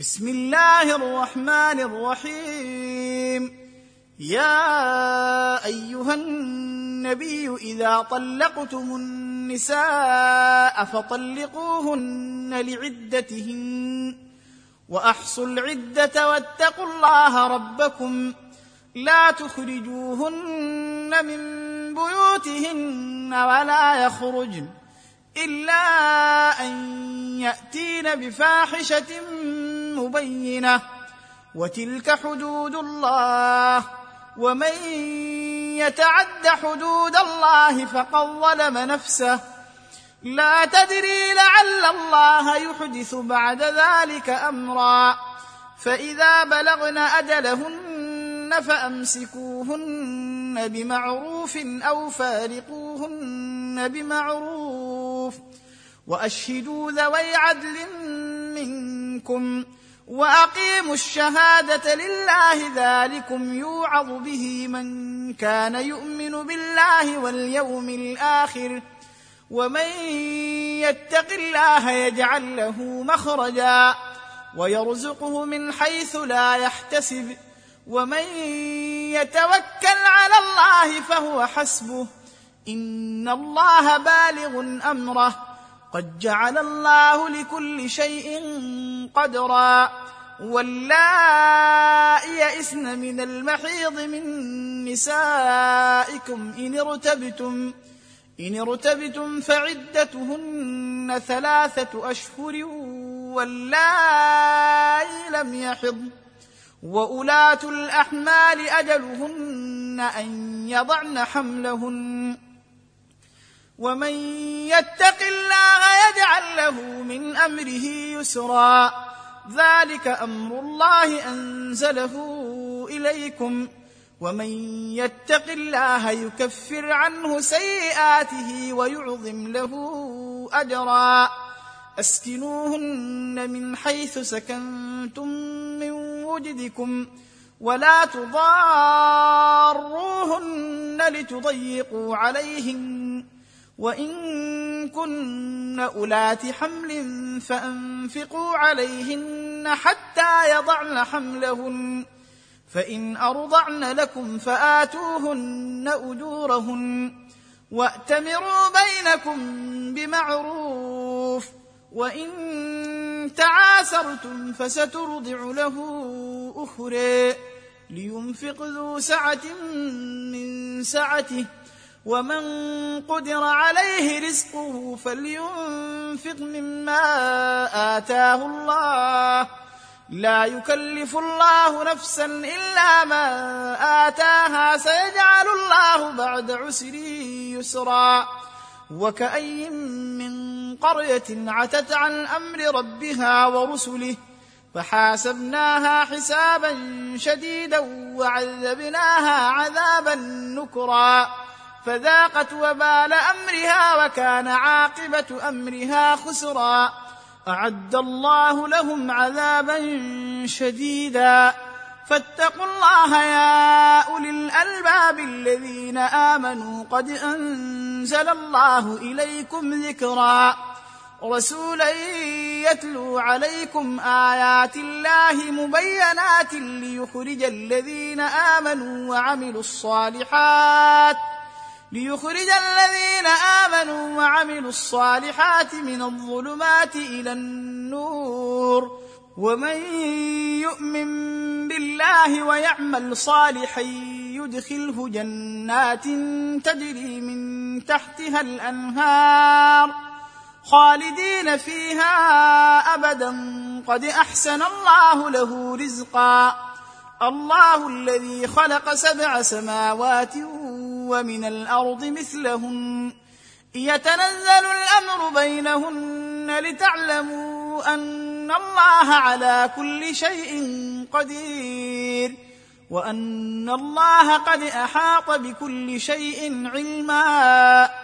بسم الله الرحمن الرحيم. يا أيها النبي إذا طلقتم النساء فطلقوهن لعدتهن وأحصوا العدة واتقوا الله ربكم لا تخرجوهن من بيوتهن ولا يخرجن إلا أن يأتين بفاحشة مبينة وتلك حدود الله ومن يتعد حدود الله فقد ظلم نفسه لا تدري لعل الله يحدث بعد ذلك أمرا. فإذا بلغن أجلهن فأمسكوهن بمعروف أو فارقوهن بمعروف وأشهدوا ذوي عدل منكم وأقيموا الشهادة لله ذلكم يوعظ به من كان يؤمن بالله واليوم الآخر ومن يتق الله يجعل له مخرجا ويرزقه من حيث لا يحتسب ومن يتوكل على الله فهو حسبه إن الله بالغ أمره قد جعل الله لكل شيء قدرا. واللائي يئسن من المحيض من نسائكم إن ارتبتم فعدتهن 3 أشهر واللائي لم يحضن وأولات الأحمال أجلهن أن يضعن حملهن ومن يتق الله يجعل له من أمره يسرا ذلك أمر الله أنزله إليكم ومن يتق الله يكفر عنه سيئاته ويعظم له أجرا. أسكنوهن من حيث سكنتم من وجدكم ولا تضاروهن لتضيقوا عليهن وإن كن أولات حمل فأنفقوا عليهن حتى يضعن حملهن فإن أرضعن لكم فآتوهن أجورهن وأتمروا بينكم بمعروف وإن تعاسرتم فسترضع له أخرى لينفق ذو سعة من سعته ومن قدر عليه رزقه فلينفق مما آتاه الله لا يكلف الله نفسا إلا ما آتاها سيجعل الله بعد عسر يسرا. وكأي من قرية عتت عن أمر ربها ورسله فحاسبناها حسابا شديدا وعذبناها عذابا نكرا فذاقت وبال أمرها وكان عاقبة أمرها خسرا. أعد الله لهم عذابا شديدا فاتقوا الله يا أولي الألباب الذين آمنوا قد أنزل الله إليكم ذكرا رسولا يتلو عليكم آيات الله مبينات ليخرج الذين آمنوا وعملوا الصالحات من الظلمات إلى النور ومن يؤمن بالله ويعمل صالحا يدخله جنات تجري من تحتها الأنهار خالدين فيها أبدا قد أحسن الله له رزقا. الله الذي خلق 7 سماوات ومن الأرض مثلهن يتنزل الأمر بينهن لتعلموا أن الله على كل شيء قدير وأن الله قد أحاط بكل شيء علما.